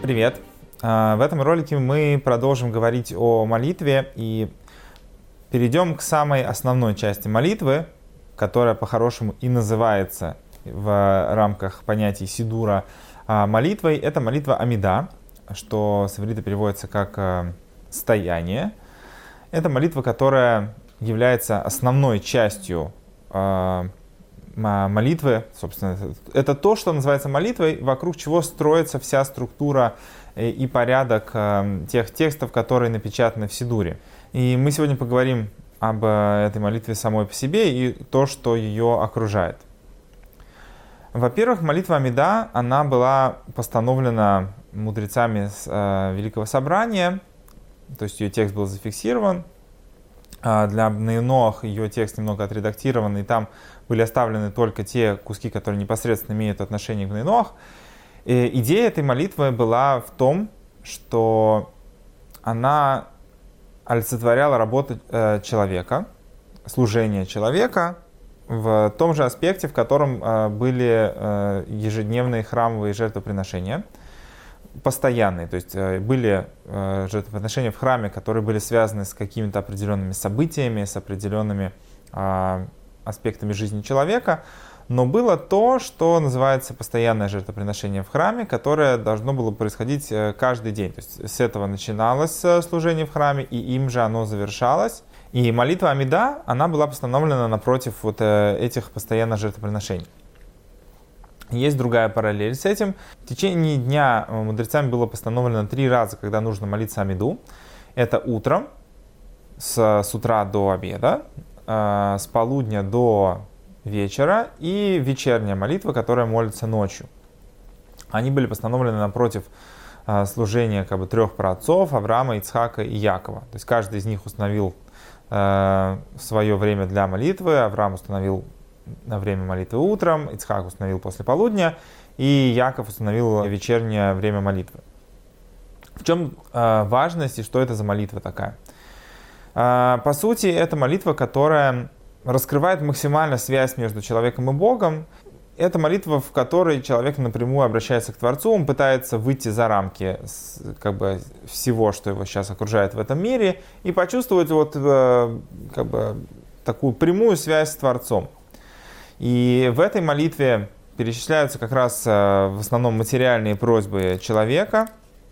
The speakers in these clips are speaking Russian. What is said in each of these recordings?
Привет! В этом ролике мы продолжим говорить о молитве и перейдем к самой основной части молитвы, которая по-хорошему и называется в рамках понятий Сидура молитвой. Это молитва Амида, что с иврита переводится как «стояние». Это молитва, которая является основной частью молитвы, собственно, это то, что называется молитвой, вокруг чего строится вся структура и порядок тех текстов, которые напечатаны в Сидуре. И мы сегодня поговорим об этой молитве самой по себе и то, что ее окружает. Во-первых, молитва Амида, она была постановлена мудрецами Великого Собрания, то есть ее текст был зафиксирован. Для Ноах ее текст немного отредактирован, и там были оставлены только те куски, которые непосредственно имеют отношение к Ноах. Идея этой молитвы была в том, что она олицетворяла работу человека, служение человека в том же аспекте, в котором были ежедневные храмовые жертвоприношения, постоянные, то есть были жертвоприношения в храме, которые были связаны с какими-то определенными событиями, с определенными аспектами жизни человека, но было то, что называется постоянное жертвоприношение в храме, которое должно было происходить каждый день. То есть с этого начиналось служение в храме, и им же оно завершалось. И молитва Амида, она была постановлена напротив вот этих постоянных жертвоприношений. Есть другая параллель с этим. В течение дня мудрецами было постановлено 3 раза, когда нужно молиться Амиду. Это утром, с утра до обеда, с полудня до вечера и вечерняя молитва, которая молится ночью. Они были постановлены напротив служения 3 праотцов Авраама, Ицхака и Якова. То есть каждый из них установил свое время для молитвы. Авраам установил на время молитвы утром, Ицхак установил после полудня, и Яков установил вечернее время молитвы. В чем важность и что это за молитва такая? По сути, это молитва, которая раскрывает максимально связь между человеком и Богом. Это молитва, в которой человек напрямую обращается к Творцу, он пытается выйти за рамки всего, что его сейчас окружает в этом мире, и почувствовать такую прямую связь с Творцом. И в этой молитве перечисляются как раз в основном материальные просьбы человека.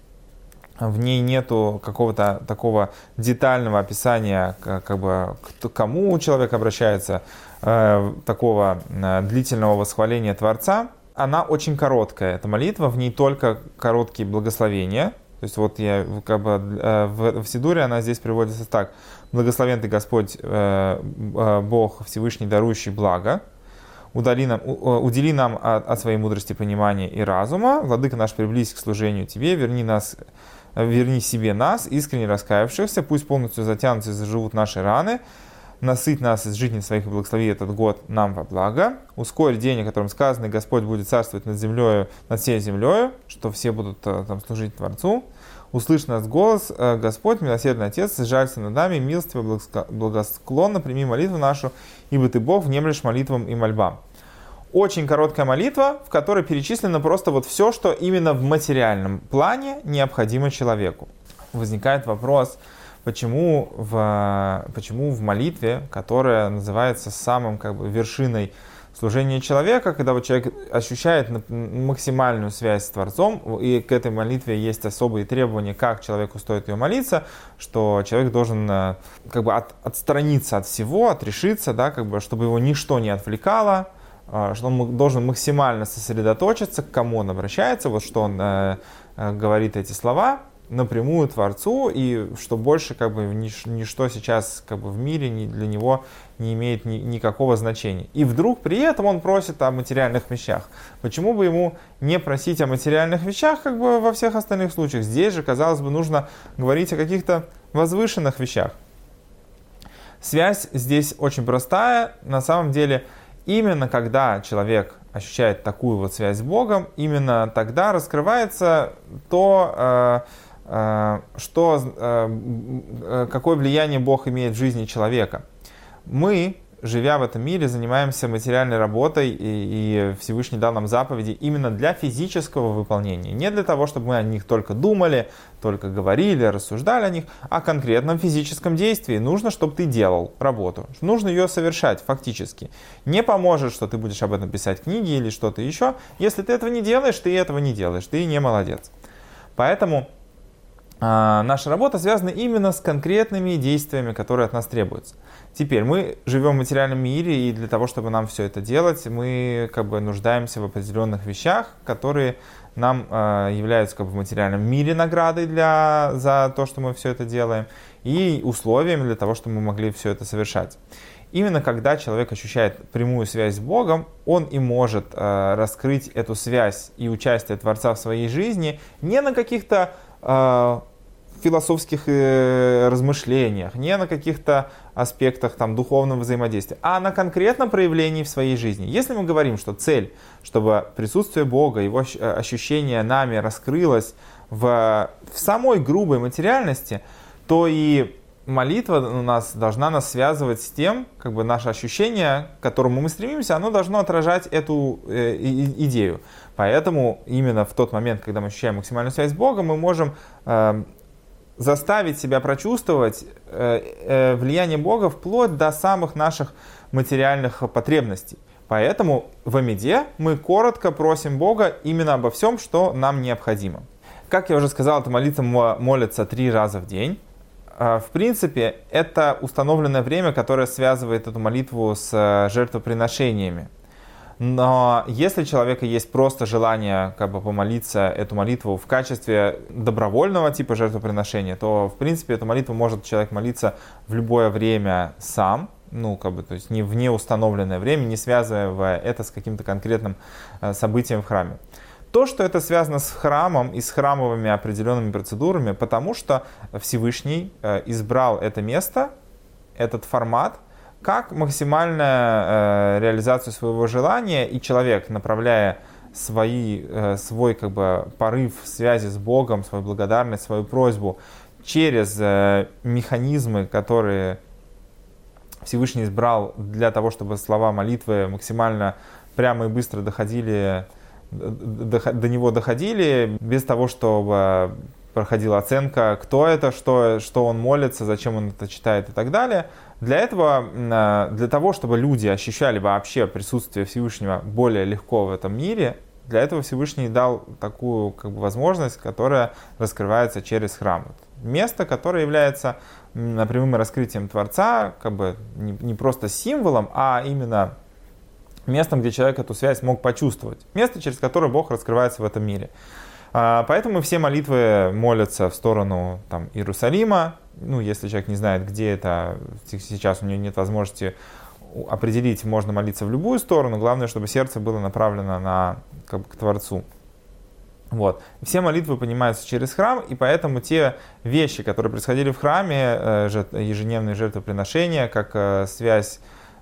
В ней нету какого-то такого детального описания, к кому человек обращается, такого длительного восхваления Творца. Она очень короткая, эта молитва, в ней только короткие благословения. То есть вот в Сидуре она здесь приводится так: «Благословен ты Господь, Бог Всевышний, дарующий благо. Удели нам от своей мудрости, понимания и разума. Владыка наш, приблизь к служению Тебе, верни себе нас, искренне раскаявшихся, пусть полностью затянутся и заживут наши раны. Насыть нас из жизни своих и благослови этот год нам во благо. Ускорь день, о котором сказано, Господь будет царствовать над всей землею, что все будут там служить Творцу. Услышь нас голос, Господь, милосердный Отец, жалься над нами, милостиво, благосклонно прими молитву нашу, ибо Ты Бог, внемлешь молитвам и мольбам». Очень короткая молитва, в которой перечислено просто все, что именно в материальном плане необходимо человеку. Возникает вопрос, почему в молитве, которая называется самым вершиной служения человека, когда человек ощущает максимальную связь с Творцом, и к этой молитве есть особые требования, как человеку стоит ее молиться, что человек должен отстраниться от всего, отрешиться, чтобы его ничто не отвлекало, что он должен максимально сосредоточиться, к кому он обращается, что он говорит эти слова напрямую Творцу, и что больше ничто сейчас в мире для него не имеет никакого значения. И вдруг при этом он просит о материальных вещах. Почему бы ему не просить о материальных вещах, во всех остальных случаях? Здесь же, казалось бы, нужно говорить о каких-то возвышенных вещах. Связь здесь очень простая. На самом деле, именно когда человек ощущает такую связь с Богом, именно тогда раскрывается то, какое влияние Бог имеет в жизни человека. Мы живя в этом мире, занимаемся материальной работой, и Всевышний дал нам заповеди именно для физического выполнения. Не для того, чтобы мы о них только думали, только говорили, рассуждали о них, а о конкретном физическом действии. Нужно, чтобы ты делал работу. Нужно ее совершать фактически. Не поможет, что ты будешь об этом писать книги или что-то еще. Если ты этого не делаешь, ты этого не делаешь. Ты не молодец. Поэтому наша работа связана именно с конкретными действиями, которые от нас требуются. Теперь мы живем в материальном мире, и для того, чтобы нам все это делать, мы нуждаемся в определенных вещах, которые нам являются в материальном мире наградой за то, что мы все это делаем, и условиями для того, чтобы мы могли все это совершать. Именно когда человек ощущает прямую связь с Богом, он и может раскрыть эту связь и участие Творца в своей жизни не на каких-то философских размышлениях, не на каких-то аспектах духовного взаимодействия, а на конкретном проявлении в своей жизни. Если мы говорим, что цель, чтобы присутствие Бога, его ощущение нами раскрылось в самой грубой материальности, то и молитва должна нас связывать с тем, наше ощущение, к которому мы стремимся, оно должно отражать эту идею. Поэтому именно в тот момент, когда мы ощущаем максимальную связь с Богом, мы можем заставить себя прочувствовать влияние Бога вплоть до самых наших материальных потребностей. Поэтому в Амиде мы коротко просим Бога именно обо всем, что нам необходимо. Как я уже сказал, эта молитва молится 3 раза в день. В принципе, это установленное время, которое связывает эту молитву с жертвоприношениями. Но если у человека есть просто желание помолиться эту молитву в качестве добровольного типа жертвоприношения, то в принципе эту молитву может человек молиться в любое время сам, то есть не в неустановленное время, не связывая это с каким-то конкретным событием в храме. То, что это связано с храмом и с храмовыми определенными процедурами, потому что Всевышний избрал это место, этот формат, как максимальную реализацию своего желания, и человек, направляя свой порыв связи с Богом, свою благодарность, свою просьбу через механизмы, которые Всевышний избрал для того, чтобы слова молитвы максимально прямо и быстро до него доходили, без того, чтобы проходила оценка, кто это, что он молится, зачем он это читает и так далее. Для того, чтобы люди ощущали вообще присутствие Всевышнего более легко в этом мире, для этого Всевышний дал такую возможность, которая раскрывается через храм. Место, которое является прямым раскрытием Творца, не просто символом, а именно местом, где человек эту связь мог почувствовать. Место, через которое Бог раскрывается в этом мире. Поэтому все молитвы молятся в сторону Иерусалима. Если человек не знает, где это, сейчас у него нет возможности определить, можно молиться в любую сторону. Главное, чтобы сердце было направлено к Творцу. Все молитвы понимаются через храм, и поэтому те вещи, которые происходили в храме, ежедневные жертвоприношения, как связь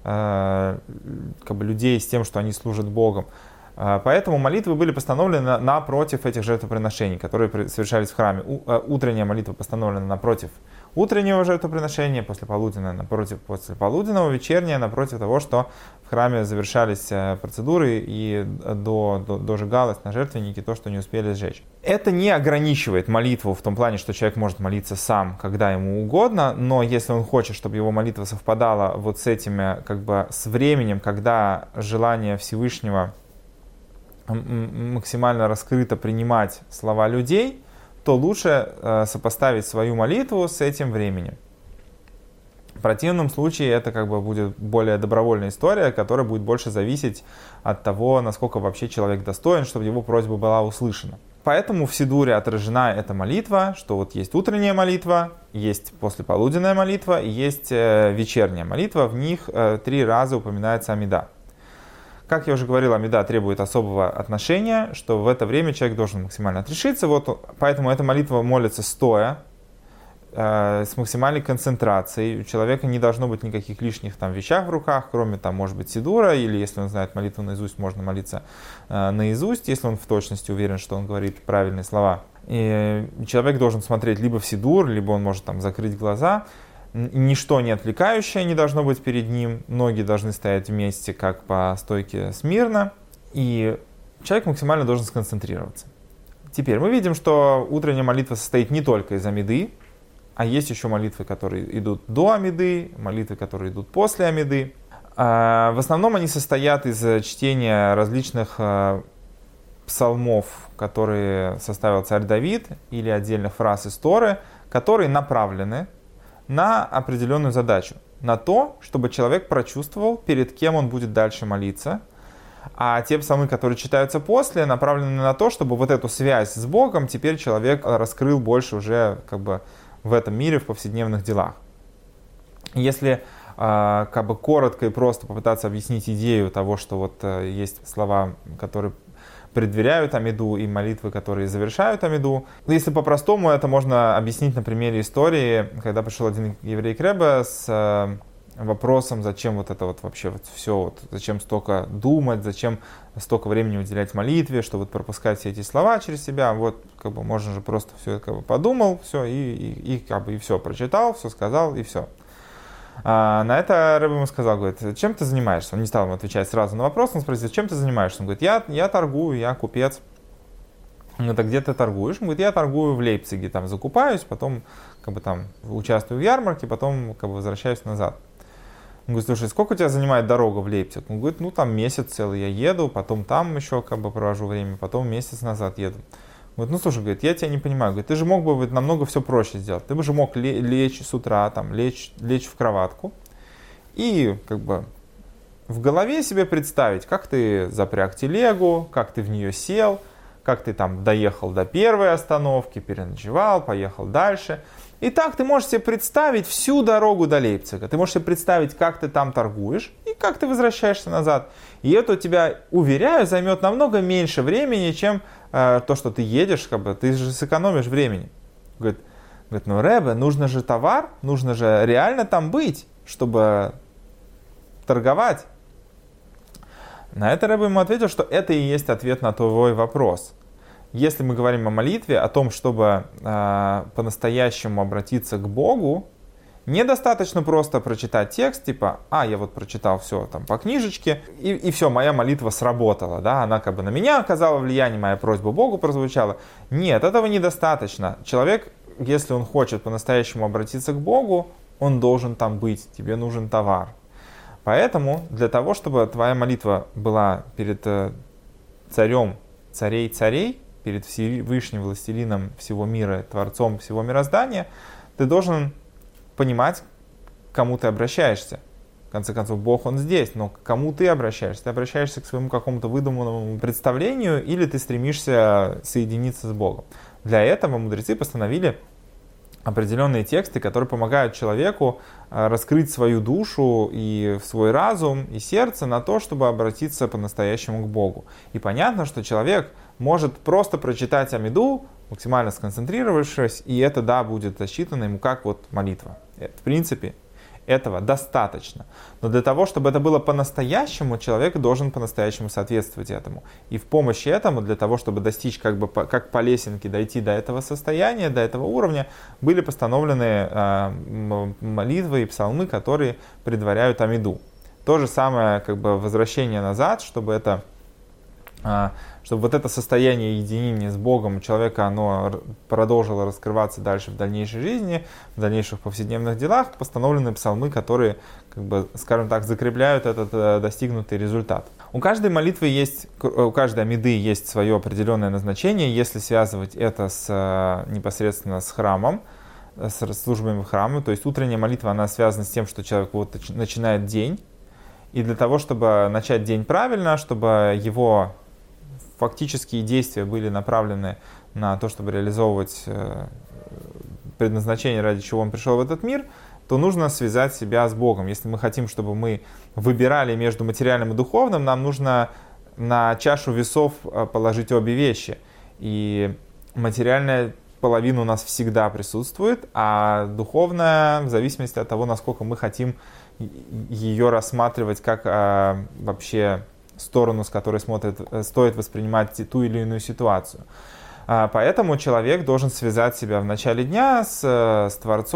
людей с тем, что они служат Богом. Поэтому молитвы были постановлены напротив этих жертвоприношений, которые совершались в храме. Утренняя молитва постановлена напротив утреннего жертвоприношения, послеполуденная напротив послеполуденного, вечерняя напротив того, что в храме завершались процедуры и дожигалось на жертвеннике то, что не успели сжечь. Это не ограничивает молитву в том плане, что человек может молиться сам, когда ему угодно, но если он хочет, чтобы его молитва совпадала с этими, с временем, когда желание Всевышнего максимально раскрыто принимать слова людей, то лучше сопоставить свою молитву с этим временем. В противном случае это будет более добровольная история, которая будет больше зависеть от того, насколько вообще человек достоин, чтобы его просьба была услышана. Поэтому в Сидуре отражена эта молитва, что есть утренняя молитва, есть послеполуденная молитва и есть вечерняя молитва. В них 3 раза упоминается Амида. Как я уже говорил, Амида требует особого отношения, что в это время человек должен максимально отрешиться. Поэтому эта молитва молится стоя, с максимальной концентрацией. У человека не должно быть никаких лишних вещах в руках, кроме может быть сидура, или если он знает молитву наизусть, можно молиться наизусть, если он в точности уверен, что он говорит правильные слова. И человек должен смотреть либо в сидур, либо он может закрыть глаза. ничто не отвлекающее не должно быть перед ним, ноги должны стоять вместе, как по стойке смирно, и человек максимально должен сконцентрироваться. Теперь мы видим, что утренняя молитва состоит не только из амиды, а есть еще молитвы, которые идут до амиды, молитвы, которые идут после амиды. В основном они состоят из чтения различных псалмов, которые составил царь Давид, или отдельных фраз из Торы, которые направлены на определенную задачу, на то, чтобы человек прочувствовал, перед кем он будет дальше молиться. А те псалмы, которые читаются после, направлены на то, чтобы вот эту связь с Богом теперь человек раскрыл больше уже в этом мире, в повседневных делах. Если коротко и просто попытаться объяснить идею того, что вот есть слова, которые преддверяют амиду, и молитвы, которые завершают амиду. Если по-простому, это можно объяснить на примере истории, когда пришел один еврей к Ребе с вопросом, зачем вот это вот вообще вот все, вот, зачем столько думать, зачем столько времени уделять молитве, что вот пропускать все эти слова через себя, вот можно же просто все это подумал, все, и все, прочитал, все сказал, и все. На это Ребе ему сказал, говорит, чем ты занимаешься? Он не стал ему отвечать сразу на вопрос, он спросил, чем ты занимаешься? Он говорит, я торгую, я купец. Он говорит, а где ты торгуешь? Он говорит, я торгую в Лейпциге, там закупаюсь, потом там участвую в ярмарке, потом возвращаюсь назад. Он говорит, слушай, сколько у тебя занимает дорога в Лейпциг? Он говорит, там месяц целый я еду, потом там еще провожу время, потом месяц назад еду. Он говорит, слушай, говорит, я тебя не понимаю, говорит, ты же мог бы намного все проще сделать. Ты бы же мог лечь с утра, лечь в кроватку и в голове себе представить, как ты запряг телегу, как ты в нее сел, как ты доехал до первой остановки, переночевал, поехал дальше. И так ты можешь себе представить всю дорогу до Лейпцига. Ты можешь себе представить, как ты там торгуешь и как ты возвращаешься назад. И это у тебя, уверяю, займет намного меньше времени, чем то, что ты едешь, ты же сэкономишь времени. Говорит, Ребе, нужно же товар, нужно же реально там быть, чтобы торговать. На это Ребе ему ответил, что это и есть ответ на твой вопрос. Если мы говорим о молитве, о том, чтобы по-настоящему обратиться к Богу, недостаточно просто прочитать текст, я вот прочитал все по книжечке, и все, моя молитва сработала, да, она на меня оказала влияние, моя просьба Богу прозвучала. Нет, этого недостаточно. Человек, если он хочет по-настоящему обратиться к Богу, он должен там быть, тебе нужен товар. Поэтому для того, чтобы твоя молитва была перед царем царей, перед Всевышним властелином всего мира, Творцом всего мироздания, ты должен понимать, к кому ты обращаешься. В конце концов, Бог, Он здесь, но к кому ты обращаешься? Ты обращаешься к своему какому-то выдуманному представлению или ты стремишься соединиться с Богом? Для этого мудрецы постановили определенные тексты, которые помогают человеку раскрыть свою душу и свой разум и сердце на то, чтобы обратиться по-настоящему к Богу. И понятно, что человек может просто прочитать амиду, максимально сконцентрировавшись, и это, будет засчитано ему как молитва. В принципе, этого достаточно. Но для того, чтобы это было по-настоящему, человек должен по-настоящему соответствовать этому. И в помощь этому, для того, чтобы достичь как по лесенке дойти до этого состояния, до этого уровня, были постановлены молитвы и псалмы, которые предваряют амиду. То же самое возвращение назад, чтобы вот это состояние единения с Богом у человека, оно продолжило раскрываться дальше в дальнейшей жизни, в дальнейших повседневных делах, постановлены псалмы, которые, скажем так, закрепляют этот достигнутый результат. У каждой молитвы у каждой амиды есть свое определенное назначение, если связывать это непосредственно с храмом, с службами в храме. То есть утренняя молитва, она связана с тем, что человек начинает день, и для того, чтобы начать день правильно, чтобы его фактические действия были направлены на то, чтобы реализовывать предназначение, ради чего он пришел в этот мир, то нужно связать себя с Богом. Если мы хотим, чтобы мы выбирали между материальным и духовным, нам нужно на чашу весов положить обе вещи. И материальная половина у нас всегда присутствует, а духовная, в зависимости от того, насколько мы хотим ее рассматривать как вообще сторону, с которой стоит воспринимать ту или иную ситуацию. Поэтому человек должен связать себя в начале дня с Творцом,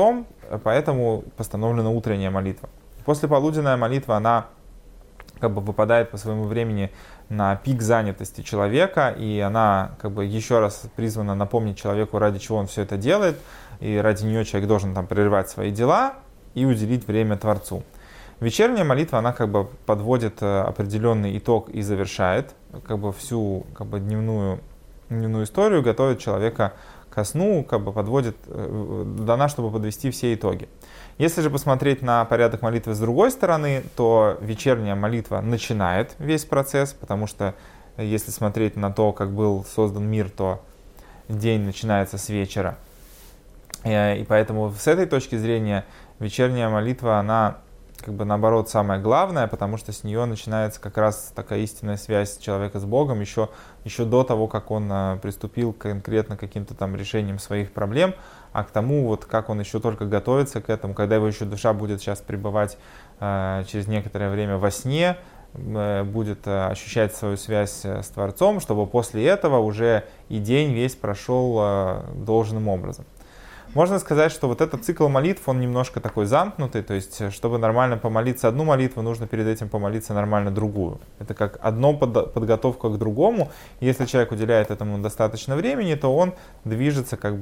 поэтому постановлена утренняя молитва. Послеполуденная молитва, она как бы выпадает по своему времени на пик занятости человека, и она как бы еще раз призвана напомнить человеку, ради чего он все это делает, и ради нее человек должен там прерывать свои дела и уделить время Творцу. Вечерняя молитва, она как бы подводит определенный итог и завершает как бы всю как бы дневную историю, готовит человека ко сну, как бы подводит, дана, чтобы подвести все итоги. Если же посмотреть на порядок молитвы с другой стороны, то вечерняя молитва начинает весь процесс, потому что если смотреть на то, как был создан мир, то день начинается с вечера. И поэтому с этой точки зрения вечерняя молитва, она как бы наоборот самое главное, потому что с нее начинается как раз такая истинная связь человека с Богом еще до того, как он приступил конкретно к каким-то там решениям своих проблем, а к тому, вот как он еще только готовится к этому, когда его еще душа будет сейчас пребывать через некоторое время во сне, будет ощущать свою связь с Творцом, чтобы после этого уже и день весь прошел должным образом. Можно сказать, что вот этот цикл молитв, он немножко такой замкнутый, то есть, чтобы нормально помолиться одну молитву, нужно перед этим помолиться нормально другую. Это как одно подготовка к другому. Если человек уделяет этому достаточно времени, то он движется как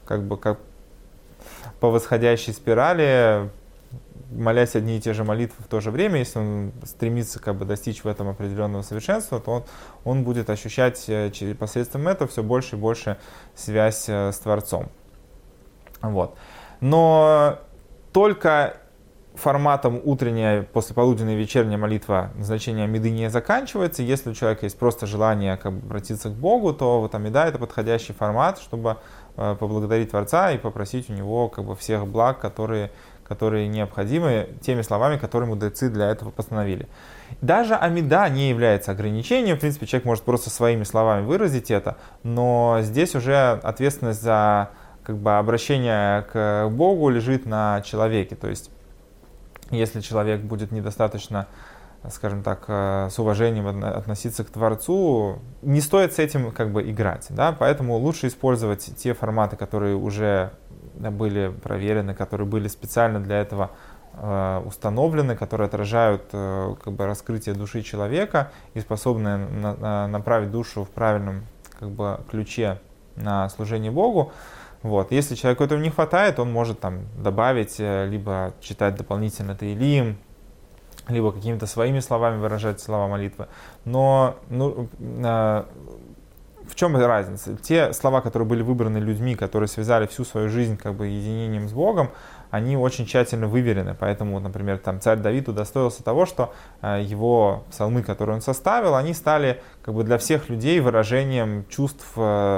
по восходящей спирали, молясь одни и те же молитвы в то же время. Если он стремится как бы достичь в этом определенного совершенства, то он будет ощущать посредством этого все больше и больше связь с Творцом. Вот. Но только форматом утренняя, послеполуденная и вечерняя молитва назначение Амиды не заканчивается. Если у человека есть просто желание как бы обратиться к Богу, то вот Амида — это подходящий формат, чтобы поблагодарить Творца и попросить у него как бы всех благ, которые необходимы, теми словами, которые мудрецы для этого постановили. Даже Амида не является ограничением. В принципе, человек может просто своими словами выразить это, но здесь уже ответственность за как бы обращение к Богу лежит на человеке. То есть, если человек будет недостаточно, скажем так, с уважением относиться к Творцу, не стоит с этим как бы играть. Да? Поэтому лучше использовать те форматы, которые уже были проверены, которые были специально для этого установлены, которые отражают как бы раскрытие души человека и способны направить душу в правильном как бы ключе на служение Богу. Вот. Если человеку этого не хватает, он может там добавить, либо читать дополнительно Теилим, либо какими-то своими словами выражать слова молитвы. Но в чем разница? Те слова, которые были выбраны людьми, которые связали всю свою жизнь как бы единением с Богом, они очень тщательно выверены. Поэтому, например, там царь Давид удостоился того, что его псалмы, которые он составил, они стали как бы для всех людей выражением чувств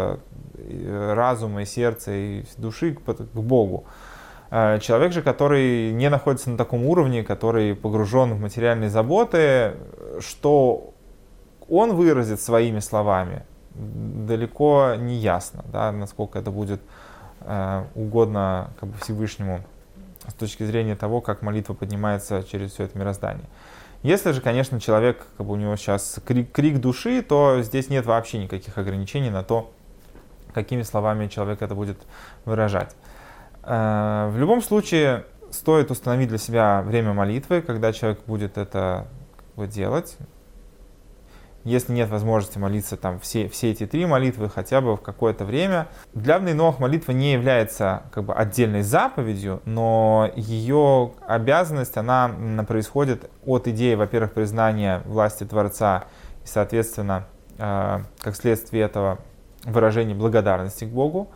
разума и сердца и души к Богу. Человек же, который не находится на таком уровне, который погружен в материальные заботы, что он выразит своими словами, далеко не ясно, да, насколько это будет угодно как бы Всевышнему с точки зрения того, как молитва поднимается через все это мироздание. Если же, конечно, человек, как бы у него сейчас крик души, то здесь нет вообще никаких ограничений на то, какими словами человек это будет выражать. В любом случае, стоит установить для себя время молитвы, когда человек будет это делать. Если нет возможности молиться там все эти 3 молитвы хотя бы в какое-то время. Для Бней Ноах молитва не является как бы отдельной заповедью, но ее обязанность, она происходит от идеи, во-первых, признания власти Творца и, соответственно, как следствие этого выражение благодарности к Богу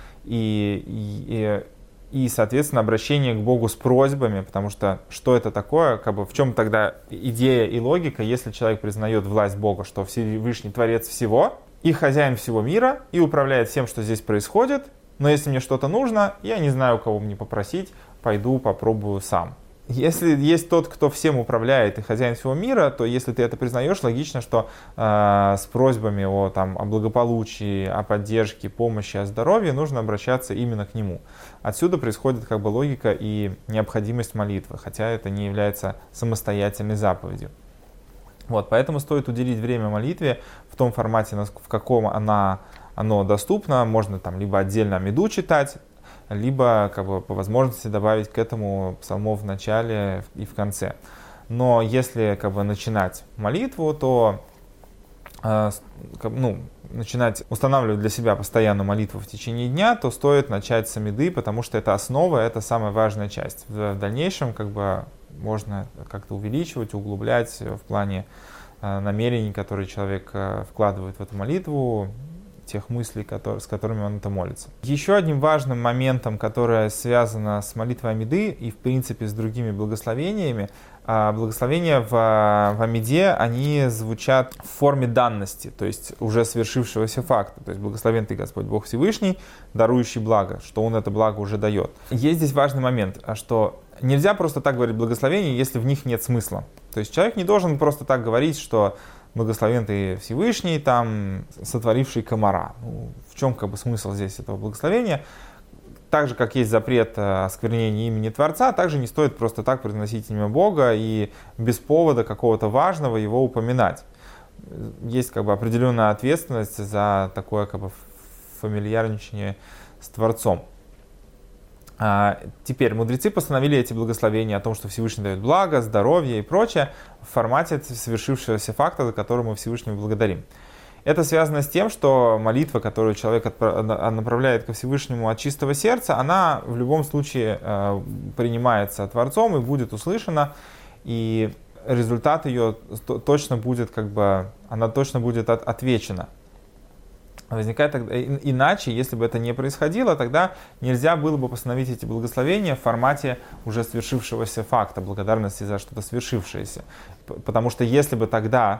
и, соответственно, обращение к Богу с просьбами, потому что это такое, как бы в чем тогда идея и логика, если человек признает власть Бога, что Всевышний Творец всего и хозяин всего мира, и управляет всем, что здесь происходит, но если мне что-то нужно, я не знаю, у кого мне попросить, пойду попробую сам. Если есть тот, кто всем управляет и хозяин всего мира, то если ты это признаешь, логично, что с просьбами о благополучии, о поддержке, помощи, о здоровье нужно обращаться именно к нему. Отсюда происходит как бы логика и необходимость молитвы, хотя это не является самостоятельной заповедью. Вот, поэтому стоит уделить время молитве в том формате, в каком оно доступно. Можно там либо отдельно Амиду читать, либо как бы по возможности добавить к этому псалмов в начале и в конце. Но если как бы начинать молитву, то начинать устанавливать для себя постоянную молитву в течение дня, то стоит начать с амиды, потому что это основа, это самая важная часть. В дальнейшем как бы можно как-то увеличивать, углублять в плане намерений, которые человек вкладывает в эту молитву, тех мыслей, с которыми он это молится. Еще одним важным моментом, которое связано с молитвой амиды и в принципе с другими благословениями, благословения в амиде, они звучат в форме данности, то есть уже свершившегося факта. То есть благословен ты Господь Бог Всевышний, дарующий благо, что Он это благо уже дает. Есть здесь важный момент, что нельзя просто так говорить благословения, если в них нет смысла. То есть человек не должен просто так говорить, что благословен ты Всевышний, там, сотворивший комара. В чем как бы смысл здесь этого благословения? Так же, как есть запрет осквернения имени Творца, также не стоит просто так произносить имя Бога и без повода какого-то важного его упоминать. Есть как бы определенная ответственность за такое как бы фамильярничание с Творцом. Теперь мудрецы постановили эти благословения о том, что Всевышний дает благо, здоровье и прочее в формате совершившегося факта, за который мы Всевышнего благодарим. Это связано с тем, что молитва, которую человек направляет ко Всевышнему от чистого сердца, она в любом случае принимается Творцом и будет услышана, и результат ее точно будет, она точно будет отвечена. Возникает иначе, если бы это не происходило, тогда нельзя было бы постановить эти благословения в формате уже свершившегося факта, благодарности за что-то свершившееся. Потому что если бы тогда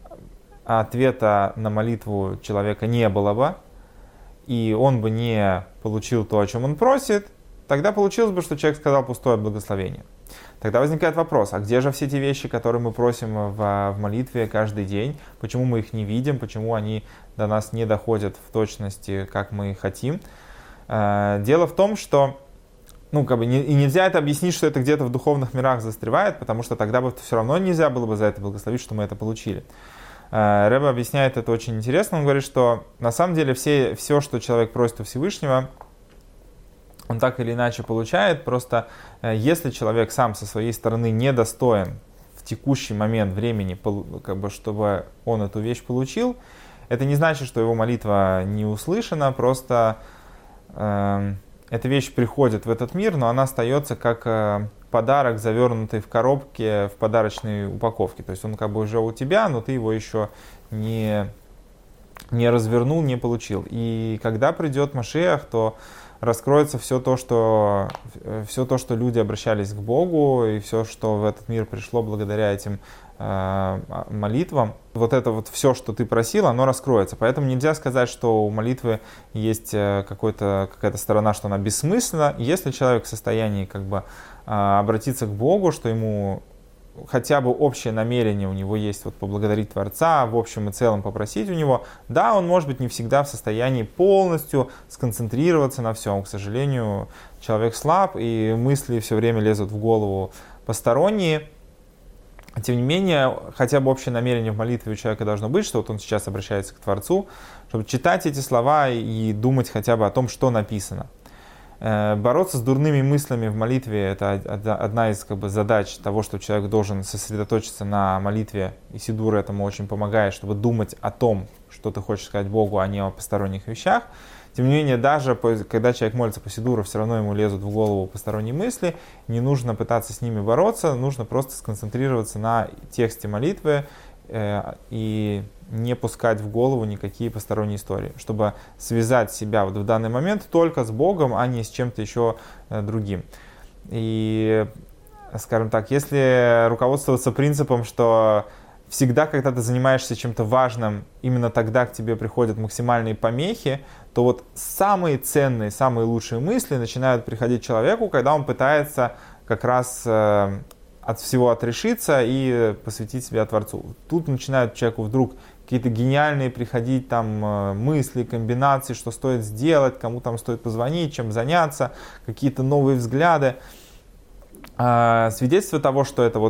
ответа на молитву человека не было бы, и он бы не получил то, о чем он просит, тогда получилось бы, что человек сказал пустое благословение. Тогда возникает вопрос, а где же все те вещи, которые мы просим в молитве каждый день? Почему мы их не видим? Почему они до нас не доходят в точности, как мы хотим? Дело в том, что и нельзя это объяснить, что это где-то в духовных мирах застревает, потому что тогда бы все равно нельзя было бы за это благословить, что мы это получили. Ребе объясняет это очень интересно. Он говорит, что на самом деле все, что человек просит у Всевышнего, он так или иначе получает. Просто если человек сам со своей стороны недостоин в текущий момент времени, чтобы он эту вещь получил, это не значит, что его молитва не услышана, просто эта вещь приходит в этот мир, но она остается как подарок, завернутый в коробке, в подарочной упаковке. То есть он как бы уже у тебя, но ты его еще не развернул, не получил. И когда придет Машиах, то раскроется все то, что люди обращались к Богу, и все, что в этот мир пришло благодаря этим молитвам. Вот это вот все, что ты просил, оно раскроется. Поэтому нельзя сказать, что у молитвы есть какая-то сторона, что она бессмысленна. Если человек в состоянии обратиться к Богу, что ему хотя бы общее намерение у него есть поблагодарить Творца, в общем и целом попросить у него, да, он может быть не всегда в состоянии полностью сконцентрироваться на всем. К сожалению, человек слаб, и мысли все время лезут в голову посторонние. Тем не менее, хотя бы общее намерение в молитве у человека должно быть, что он сейчас обращается к Творцу, чтобы читать эти слова и думать хотя бы о том, что написано. Бороться с дурными мыслями в молитве – это одна из задач того, что человек должен сосредоточиться на молитве, и сидур этому очень помогает, чтобы думать о том, что ты хочешь сказать Богу, а не о посторонних вещах. Тем не менее, даже когда человек молится по сидуру, все равно ему лезут в голову посторонние мысли, не нужно пытаться с ними бороться, нужно просто сконцентрироваться на тексте молитвы и не пускать в голову никакие посторонние истории, чтобы связать себя в данный момент только с Богом, а не с чем-то еще другим. И, скажем так, если руководствоваться принципом, что всегда, когда ты занимаешься чем-то важным, именно тогда к тебе приходят максимальные помехи, то самые ценные, самые лучшие мысли начинают приходить человеку, когда он пытается как раз от всего отрешиться и посвятить себя Творцу. Тут начинают человеку вдруг какие-то гениальные приходить мысли, комбинации, что стоит сделать, кому стоит позвонить, чем заняться, какие-то новые взгляды. Свидетельство того, что это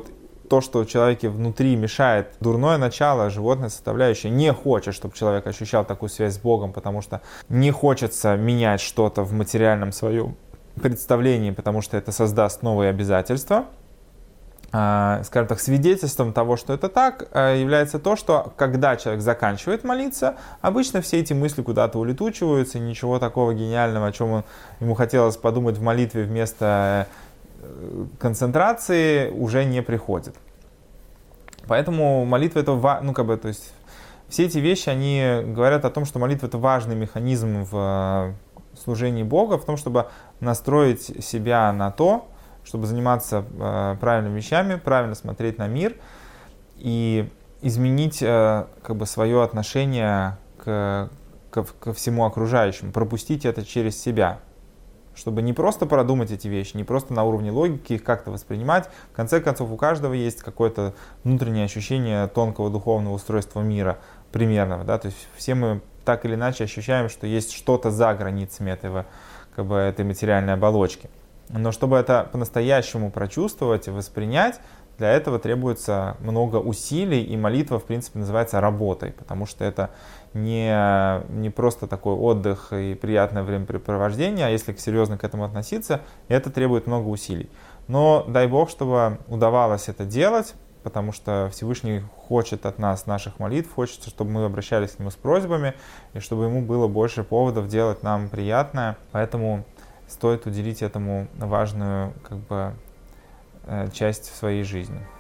то, что у человека внутри мешает, дурное начало, животная составляющая, не хочет, чтобы человек ощущал такую связь с Богом, потому что не хочется менять что-то в материальном своем представлении, потому что это создаст новые обязательства. Скажем так, свидетельством того, что это так, является то, что когда человек заканчивает молиться, обычно все эти мысли куда-то улетучиваются, и ничего такого гениального, о чем ему хотелось подумать в молитве вместо концентрации, уже не приходит. Поэтому молитва это, то есть все эти вещи, они говорят о том, что молитва это важный механизм в служении Бога, в том, чтобы настроить себя на то, чтобы заниматься правильными вещами, правильно смотреть на мир и изменить свое отношение ко всему окружающему, пропустить это через себя, чтобы не просто продумать эти вещи, не просто на уровне логики их как-то воспринимать. В конце концов, у каждого есть какое-то внутреннее ощущение тонкого духовного устройства мира, примерного. Да? То есть все мы так или иначе ощущаем, что есть что-то за границами этой материальной оболочки. Но чтобы это по-настоящему прочувствовать и воспринять, для этого требуется много усилий, и молитва, в принципе, называется работой, потому что это не просто такой отдых и приятное времяпрепровождение, а если серьезно к этому относиться, это требует много усилий. Но дай Бог, чтобы удавалось это делать, потому что Всевышний хочет от нас наших молитв, хочется, чтобы мы обращались к Нему с просьбами, и чтобы Ему было больше поводов делать нам приятное. Поэтому стоит уделить этому важную часть в своей жизни.